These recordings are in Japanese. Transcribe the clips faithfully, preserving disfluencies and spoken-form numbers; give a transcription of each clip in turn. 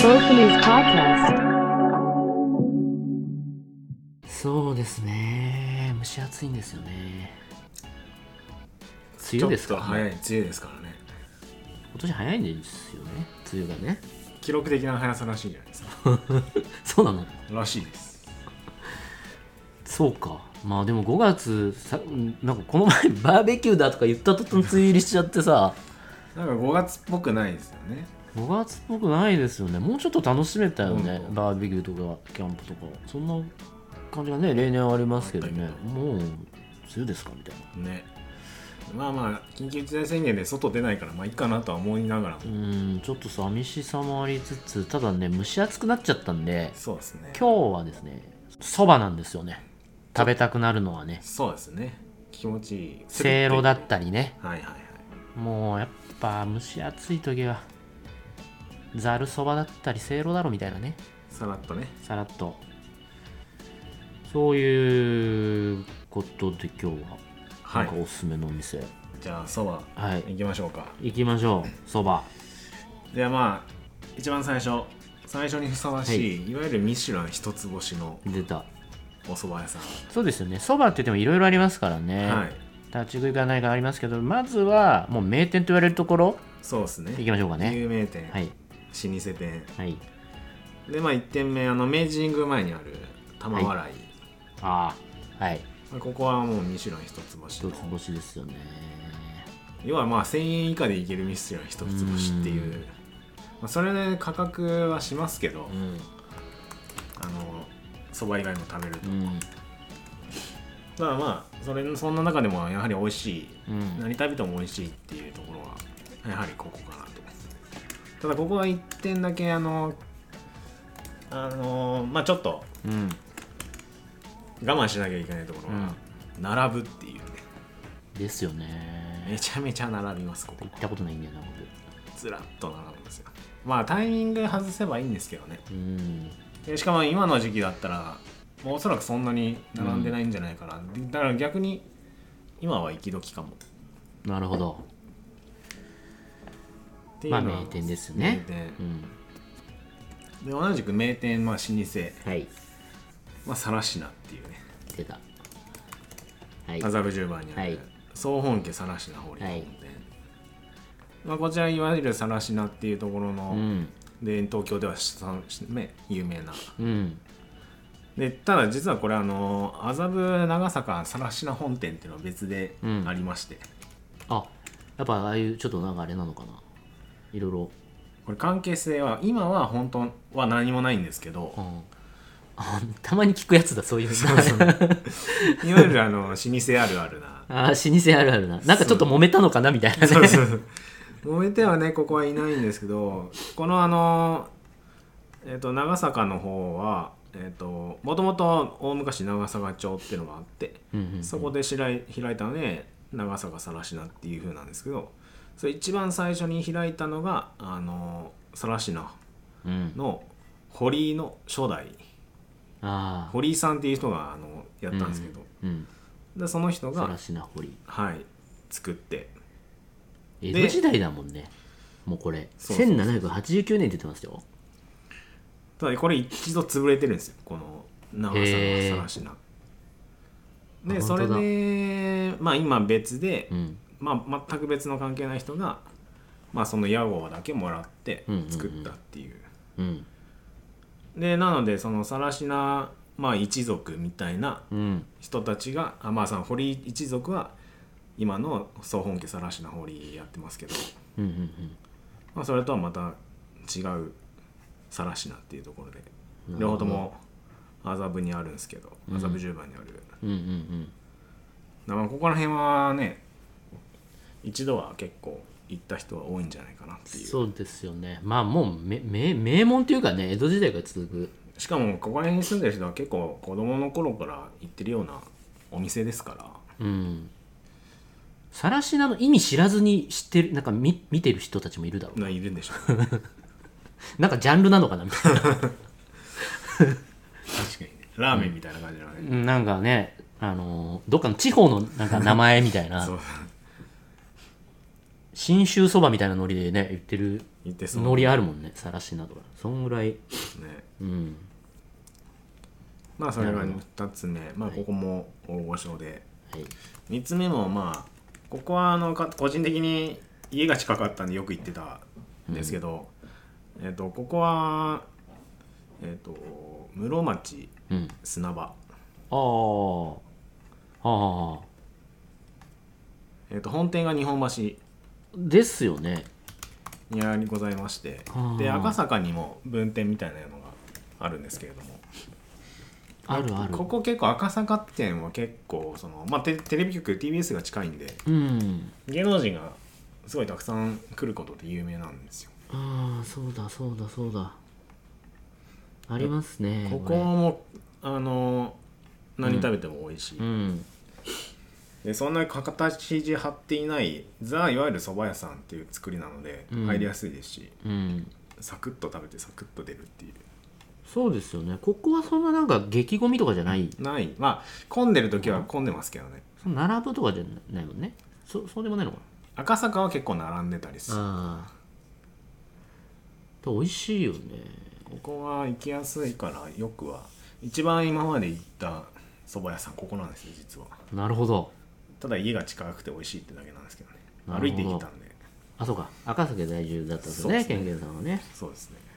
Soulfully's podcast。 そうですね、蒸し暑いんですよね。梅雨ですか、 ちょっと早い梅雨ですからね。 今年早いんですよね、梅雨がね。 記録的な速さらしいじゃないですか。 そうなのらしいです。 そうか。まあでもごがつさ、なんかこの前バーベキューだとか言ったとたん梅雨入りしちゃってさ、 なんかごがつっぽくないですよね。 ごがつっぽくないですよね。もうちょっと楽しめたよね、 うん、 バーベキューとかキャンプとか。そんな感じがね、例年はありますけどね。もう梅雨ですかみたいなね。まあまあ緊急事態宣言で外出ないからまあいいかなとは思いながらも、 うーん、ちょっと寂しさもありつつ、ただね蒸し暑くなっちゃったんで、 そうですね。 今日はですねそばなんですよね。食べたくなるのはね、 そうですね。気持ちいい。 せいろだったりね。 はいはいはい。 もうやっぱ蒸し暑い時はざるそばだったりせいろだろみたいなね。 さらっとね。 さらっと。そういうことで今日ははないんかおすすめのお店、 じゃあそばはい行きましょうか。 行きましょう。そばではまあ一番最初最初にふさわしい、はい、いわゆるミシュラン一つ星の出たお蕎麦屋さん。 そうですよね。そばって言ってもいろいろありますからね。 はい。 立ち食いかないかありますけど、まずはもう名店と言われるところ、 そうですね。 行きましょうかね。 有名店、 はい、 老舗店。 はい。 でまあいってんめ、あの明治神宮前にある玉笑い。はい、 ああ、はい。 ここはもうミシュラン一つ星の。 一つ星ですよね。 要はまあせんえん以下でいけるミシュラン一つ星っていう。うまあ、それで価格はしますけど、うん、あのそば以外も食べると。うんだからまあそれそんな中でもやはり美味しい、うん、何食べても美味しいっていうところはやはりここかなと。ただここはいってんだけあのあのまあちょっと、うん、我慢しなきゃいけないところは、うん、並ぶっていうね。 ですよね。 めちゃめちゃ並びますここ。 行ったことないんだよな僕。ずらっと並ぶんですよ。まあタイミング外せばいいんですけどね。 うん、 でしかも今の時期だったらもうおそらくそんなに並んでないんじゃないかな、うん、だから逆に今は行き時かも。 なるほど。っていうのはまあ名店ですね。 名店、うん、で同じく名店、まあ、老舗、 はいまあ、更科っていうね出た、 はい、麻布十番にある、はい、総本家更科ホーリー本店、まあ、こちらいわゆる更科っていうところの、うん、で東京では、ね、有名な、うんでただ実はこれあの麻布長坂更科本店っていうのは別でありまして、 うん、あやっぱああいうちょっとなんかあれなのかな、いろいろこれ関係性は今は本当は何もないんですけど、うん、 あたまに聞くやつだそういうそうそういわゆるあの老舗あるあるなあ老舗あるあるななんかちょっと揉めたのかなみたいなね。 そうそう揉めてはねここはいないんですけど、このあのえっ、ー、と長坂の方はえー、ともともと大昔長坂町っていうのがあって、うんうんうん、そこで開いたので長坂更科っていう風なんですけど、それ一番最初に開いたのがあの更科の堀井の初代、うん、堀井さんっていう人があのやったんですけど、うんうん、でその人が更科堀、 はい、作って江戸時代だもんね。もうこれせんななひゃくはちじゅうきゅうねんって言ってますよ。 ただこれ一度潰れてるんですよこの長坂更科で。それでまあ今別で、うん、まあ全く別の関係ない人がまあその屋号だけもらって作ったっていう、うんうんうん、でなのでその更科まあ一族みたいな人たちが、うん、あまあその堀一族は今の総本家更科堀やってますけど、うんうんうんまあ、それとはまた違う更科っていうところで両方とも麻布にあるんですけど、麻布十番にある、うんうんうん、だからここら辺はね一度は結構行った人は多いんじゃないかなっていう。 そうですよね。まあもう名門というかね江戸時代から続く、 しかもここら辺に住んでる人は結構子供の頃から行ってるようなお店ですから、うん更科の意味知らずに知ってるなんか 見, 見てる人たちもいるだろうな。いるんでしょう、ね、 なんかジャンルなのかなみたいな確かにねラーメンみたいな感じのね、 うん、なんかねあのどっかの地方のなんか名前みたいなそう信州そばみたいなノリでね言ってる言ってそうノリあるもんね、さらしなどはそんぐらい。 ね。 うんまあそれがふたつめ、まあここも大御所で、 はい、 みっつめもまあここはあのか個人的に家が近かったんでよく行ってたんですけど、うん、えっとここはえっと室町砂場、 うん、ああああえっと本店が日本橋ですよねにありございまして、で赤坂にも分店みたいなのがあるんですけれども、 あるある。 ここ結構赤坂店は結構その、まあ、テ, テレビ局 ティービーエス が近いんで、 うん、 芸能人がすごいたくさん来ることで有名なんですよ。 ああそうだそうだそうだありますね。 ここもあの何食べても美味しい、 うん、 でそんな形地張っていないザいわゆる蕎麦屋さんっていう作りなので、うん、入りやすいですし、うん、サクッと食べてサクッと出るっていう。 そうですよね。ここはそんななんか激混みとかじゃないないまあ混んでる時は混んでますけどね、 うん、並ぶとかじゃないもんね。そそうでもないのかな。 赤坂は結構並んでたりする。 ああ美味しいよね。 ここは行きやすいからよくは一番今まで行った蕎麦屋さんここなんですよ実は。 なるほど。 ただ家が近くて美味しいってだけなんですけどね。歩いて行けたんで。 あそうか赤坂在住だったんですね、ケンケンさんはね。 そうですね。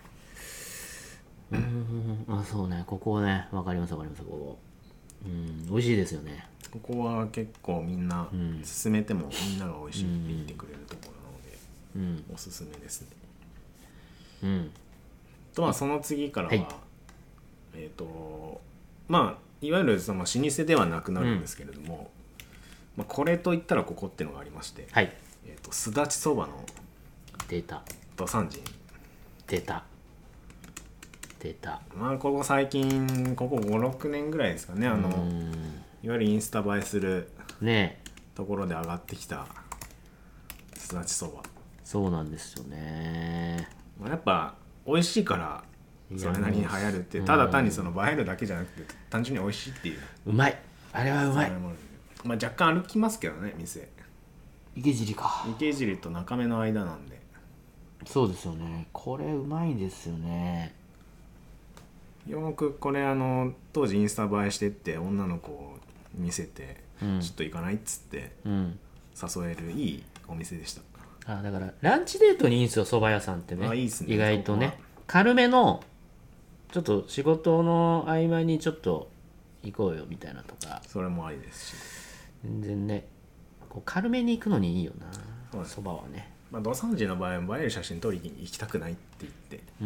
うんあそうねここねわかりますわかります。ここうん美味しいですよね。 ここは結構みんな、うん、勧めてもみんなが美味しいって言ってくれるところなので、うん、おすすめですね。うんとまあその次からは、はい、えっ、ー、とまあいわゆるその老舗ではなくなるんですけれども、うんまあ、これといったらここっていうのがありまして、はいえー、とすだちそばの出た土山人出た出た。 まあここ最近ここごろくねんぐらいですかね、あのいわゆるインスタ映えするねところで上がってきたすだちそば。 そうなんですよね。 まあ、やっぱ美味しいからそれなりに流行るって、ただ単にその映えるだけじゃなくて単純に美味しいっていう。 うまいあれはうまい。 まあ若干歩きますけどね店。 池尻か。 池尻と中目の間なんで。 そうですよね。これうまいですよね。 よくこれあの当時インスタ映えしてって女の子を見せて、うん、ちょっと行かないっつって誘えるいいお店でした。 あだからランチデートにいいんですよ蕎麦屋さんってね。 あいいっすね意外とね軽めのちょっと仕事の合間にちょっと行こうよみたいなとか。 それもありですし全然ねこう軽めに行くのにいいよな蕎麦はね。 まあ土山人の場合は映える写真撮りに行きたくないって言って、うん、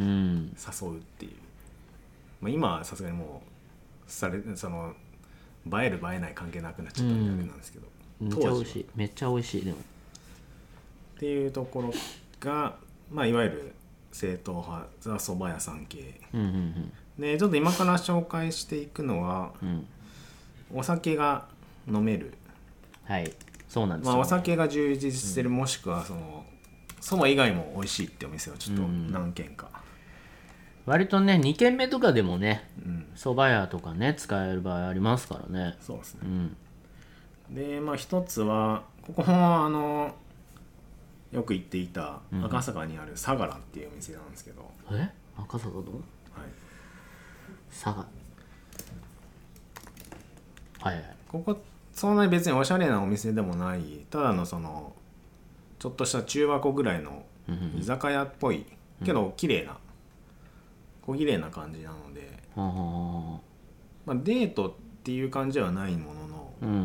誘うっていう。まあ、今はさすがにもうされその映える映えない関係なくなっちゃったみたいなんですけど、 うん、めっちゃ美味しいめっちゃ美味しいでもっていうところが、まあ、いわゆる正統派ザ蕎麦屋さん系、うんうんうん、でちょっと今から紹介していくのは、うん、お酒が飲める、 はいそうなんですよ、ねまあ、お酒が充実してる、うん、もしくはその蕎麦以外も美味しいってお店はちょっと何軒か、うん割とねに軒目とかでもね蕎麦屋とかね使える場合ありますからね。 そうですね、うん、でまあ一つはここもあのよく行っていた赤坂にある相良っていうお店なんですけど、 うん、え赤坂の、はい、佐賀はいはいここそんなに別におしゃれなお店でもないただのそのちょっとした中箱ぐらいの居酒屋っぽい、うん、けど綺麗な小綺麗な感じなので、あまあ、デートっていう感じではないものの、うん、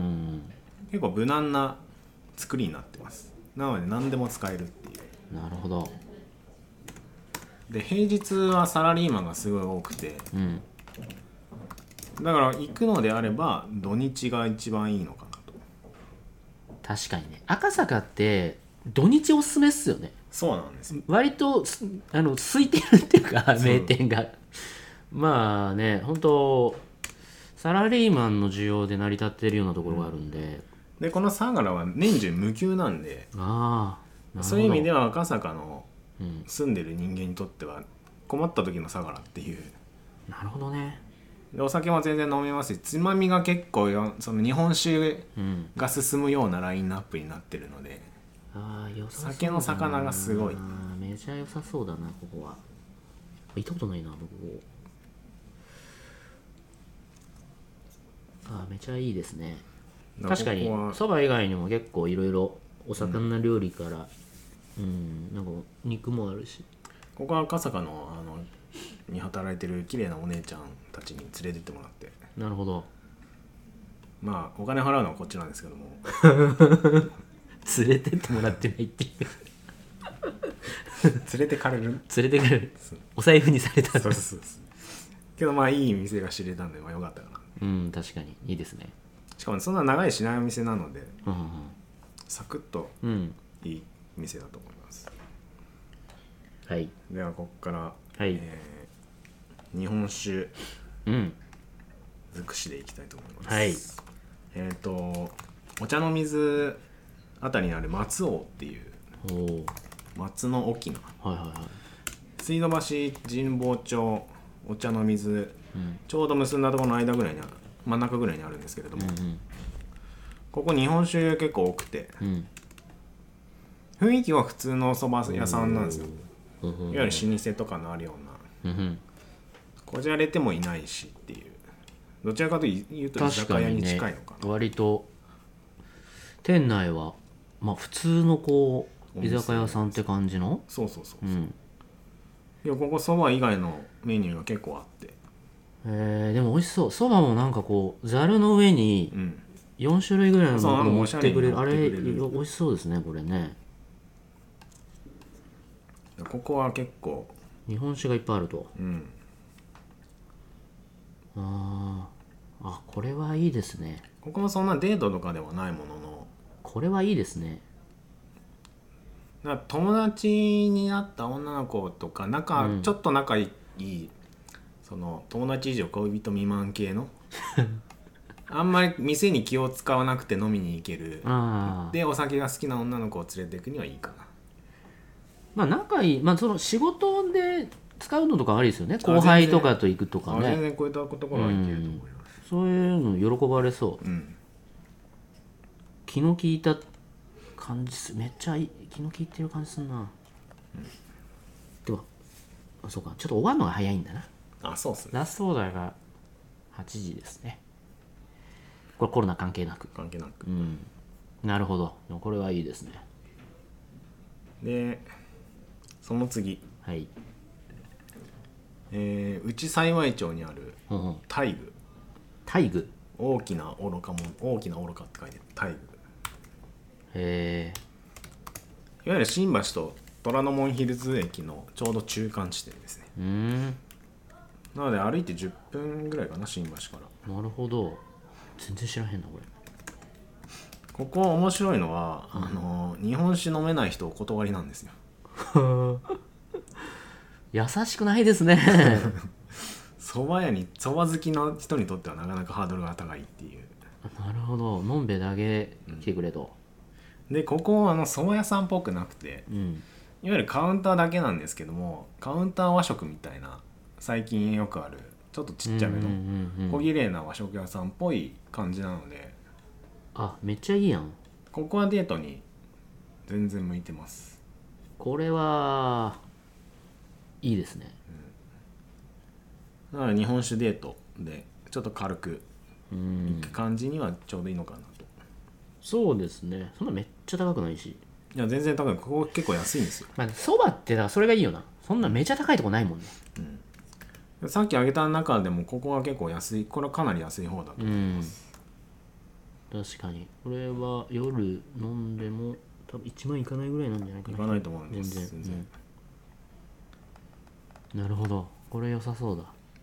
結構無難な作りになってます。なので何でも使えるっていう。 なるほど。 で平日はサラリーマンがすごい多くて、うん、だから行くのであれば土日が一番いいのかなと。 確かにね赤坂って土日おすすめっすよね。 そうなんですよ。 割とあの空いてるっていうか名店がまあね本当サラリーマンの需要で成り立ってるようなところがあるんで、 うん、でこの相良は年中無休なんで、あそういう意味では赤坂の住んでる人間にとっては困った時の相良っていう。 なるほどね。 でお酒も全然飲めますしつまみが結構その日本酒が進むようなラインナップになってるので、 ああ、良さそうだな。 酒の魚がすごい。 めちゃ良さそうだな、ここは。行ったことないな、僕。ああ、めちゃいいですね。確かにそば以外にも結構いろいろお魚料理から、うん、うん、なんか肉もあるし。 ここは赤坂のあのに働いてる綺麗なお姉ちゃんたちに連れてってもらって。 なるほど。 まあお金払うのはこっちなんですけども連れてってもらってないっていう連れてかれる連れてかれるお財布にされた。 そうそうそうけどまあいい店が知れたんで、まあよかったかな。 うん、確かにいいですね。 しかもそんな長いしないお店なので、 うんうんうん、 サクッといい店だと思います、 はい。 ではここから、 はい、 えー、日本酒うん尽くしでいきたいと思います、 はい。 えっ、ー、とお茶の水あたりにある松尾っていうお松の沖縄、 はいはいはい、 水道橋神保町お茶の水、うん、ちょうど結んだところの間ぐらいにある、真ん中ぐらいにあるんですけれども、うんうん、ここ日本酒結構多くて、うん、雰囲気は普通のお蕎麦屋さんなんですよ、いわゆる老舗とかのあるような、うん、こじゃれてもいないしっていう、どちらかというと居酒屋に近いのかな、 ね、割と店内はまあ普通のこう居酒屋さんって感じの、 そうそうそうそう、うん、いやここそば以外のメニューが結構あって、 えー、でも美味しそう。そばもなんかこうざるの上によん種類ぐらいのもの持ってくれる、あれ美味しそうですねこれね。 ここは結構日本酒がいっぱいあると、 うん、 ああ、これはいいですね。 ここもそんなデートとかではないものの、 これはいいですね。 だから友達になった女の子とか仲、うん、ちょっと仲いいその友達以上恋人未満系のあんまり店に気を使わなくて飲みに行けるでお酒が好きな女の子を連れていくにはいいかな。 まあ仲いい、まあその仕事で使うのとかありですよね。後輩とかと行くとかね。 全然こういったところはいけると思います、 うん、そういうの喜ばれそう、うん、気の利いた感じす、めっちゃいい気の利いてる感じすんな、うん、でもあそうか、ちょっと終わるのが早いんだな。 あ、そうっすね。 ラストオーダーがはちじですね。これコロナ関係なく関係なく、 うん、なるほど。これはいいですね。 でその次、 はい、 えー、内幸町にある大愚、 大愚、 大きな愚かも大きな愚かって書いて大愚。 へえ。 いわゆる新橋と虎ノ門ヒルズ駅のちょうど中間地点ですね。 うーん、 なので歩いてじゅっぷんぐらいかな、新橋から。 なるほど。全然知らへんなこれ。 ここ面白いのは、うん、あの日本酒飲めない人お断りなんですよ優しくないですね蕎麦屋に蕎麦好きの人にとってはなかなかハードルが高いっていう。 なるほど、のんべだけ来てくれと、 うん、でここあの蕎麦屋さんっぽくなくて、うん、いわゆるカウンターだけなんですけども、カウンター和食みたいな最近よくあるちょっとちっちゃめの小綺麗な和食屋さんっぽい感じなので、 あ、めっちゃいいやん。 ここはデートに全然向いてます。 これはいいですね、 うん、だから日本酒デートでちょっと軽くいく感じにはちょうどいいのかなと。 そうですね。そんなめっちゃ高くないし。 いや全然高い。ここ結構安いんですよ。 まあそばってだからそれがいいよな。そんなめちゃ高いとこないもんね、 うん、さっき挙げた中でもここは結構安い。これはかなり安い方だと思います、 うん、確かにこれは夜飲んでも多分いちまんいかないぐらいなんじゃないかな。 いかないと思うんです全然、 全然、 うん、なるほど、これ良さそうだ。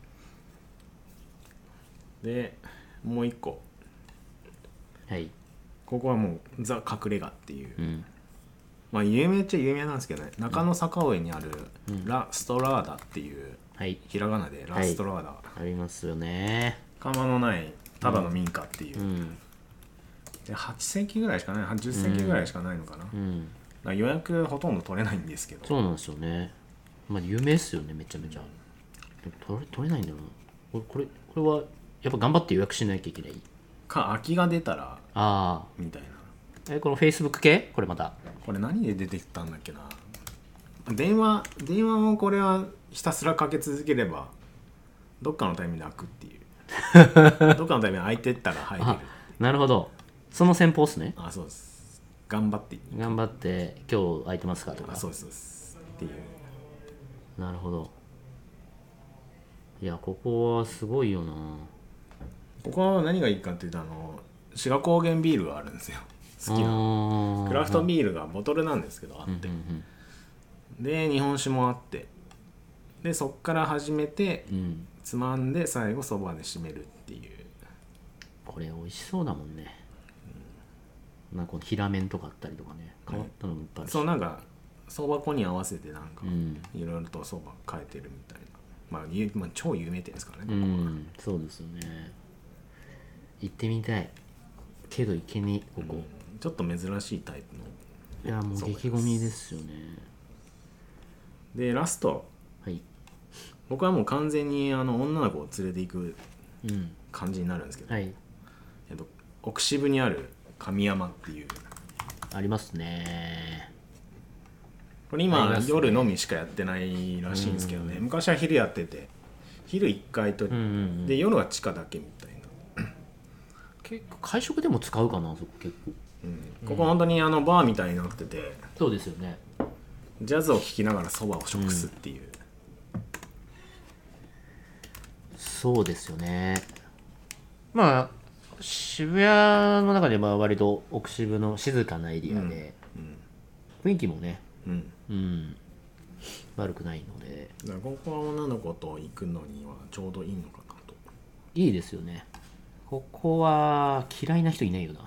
でもう一個、 はい、 ここはもうザ・隠れ家っていう、 うん、 まあ有名っちゃ有名なんですけどね、中野坂上にあるラ・ストラーダっていう、 はい、 ひらがなでラ・ストラーダ、はい、 ありますよね。 窯のないただの民家っていう、うん、ではち席ぐらいしかない、じゅっ席ぐらいしかないのかな、うん、だから予約ほとんど取れないんですけど。 そうなんですよね。まあ有名っすよね、めちゃめちゃ、うん、でも取れ、取れないんだよな。これ、これ、これはやっぱ頑張って予約しなきゃいけないか、空きが出たらあみたいな。 えこの Facebook 系これまたこれ何で出てきたんだっけな。電話電話もこれはひたすらかけ続ければどっかのタイミングで開くっていうどっかのタイミングで開いてったら入れる。 あなるほど、その戦法っすね。 あそうです、頑張って頑張って今日空いてますかとか。 あそうですそうですっていう。 なるほど。いやここはすごいよな。 ここは何がいいかっていうと、あの志賀高原ビールがあるんですよ。好きなクラフトビールがボトルなんですけどあって、うんうんうん、で日本酒もあって、でそっから始めて、うん、つまんで最後そばで締めるっていう。 これ美味しそうだもんね、うん、なんかこの平麺とかあったりとかね、変わったのもいっぱいあるし、 そうなんかそば粉に合わせてなんかいろいろとそば変えてるみたいな、まあ、まあ超有名店ですからね、 うん、そうですよね。行ってみたいけど行けにここ、 うん、ちょっと珍しいタイプの。 いやもう激ゴミですよね。 でラスト、はい、僕はもう完全にあの女の子を連れていく感じになるんですけど、うんはい、えっと、奥渋にある神山っていうありますね。 これ今、ね、夜のみしかやってないらしいんですけどね、うん、昔は昼やってて昼いっかいと、うんうんうん、で夜は地下だけみたいな。 結構会食でも使うかなそこ結構、 うん、ここ本当にあのバーみたいになってて、 そうですよね。 ジャズを聴きながらそばを食すっていう、うん、 そうですよね。まあ渋谷の中では割と奥渋の静かなエリアで、うんうん、雰囲気もね、うんうん、悪くないので、 だからここは女の子と行くのにはちょうどいいのかなと。 いいですよね。ここは嫌いな人いないよな。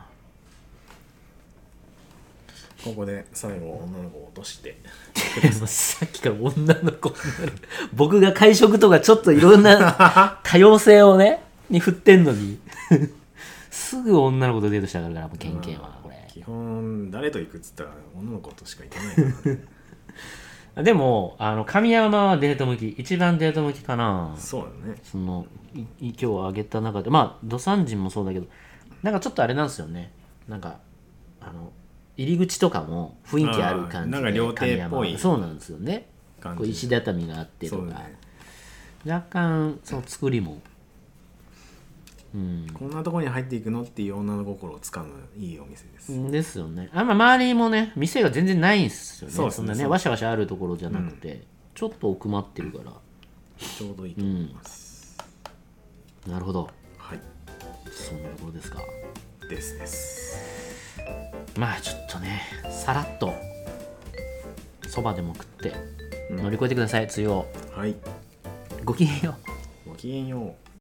ここで最後女の子を落としてさっきから女の子になる僕が会食とかちょっといろんな多様性をねに振ってんのにすぐ女の子とデートしたからもうケンケンはこれ基本誰と行くっつったら女の子としか行かないからねでもあの神山はデート向き、一番デート向きかな。 そうだね。 その今日挙げた中で、まあ土産人もそうだけど、なんかちょっとあれなんですよね。なんかあの入り口とかも雰囲気ある感じで、 なんか料亭っぽい、 そうなんですよね。こう石畳があってとか、ね、若干その作りも、 うん、こんなところに入っていくのっていう女の心をつかむいいお店です。 ですよね。あんま周りもね店が全然ないんですよね。そうですね。そんなねわしゃわしゃあるところじゃなくて、うん、ちょっと奥まってるからちょうどいいと思います。 うん、なるほど。 はい。 そんなところですか。 ですです。 まあちょっとねさらっとそばでも食って乗り越えてください、梅雨を。 はい。 ごきげんよう。ごきげんよう。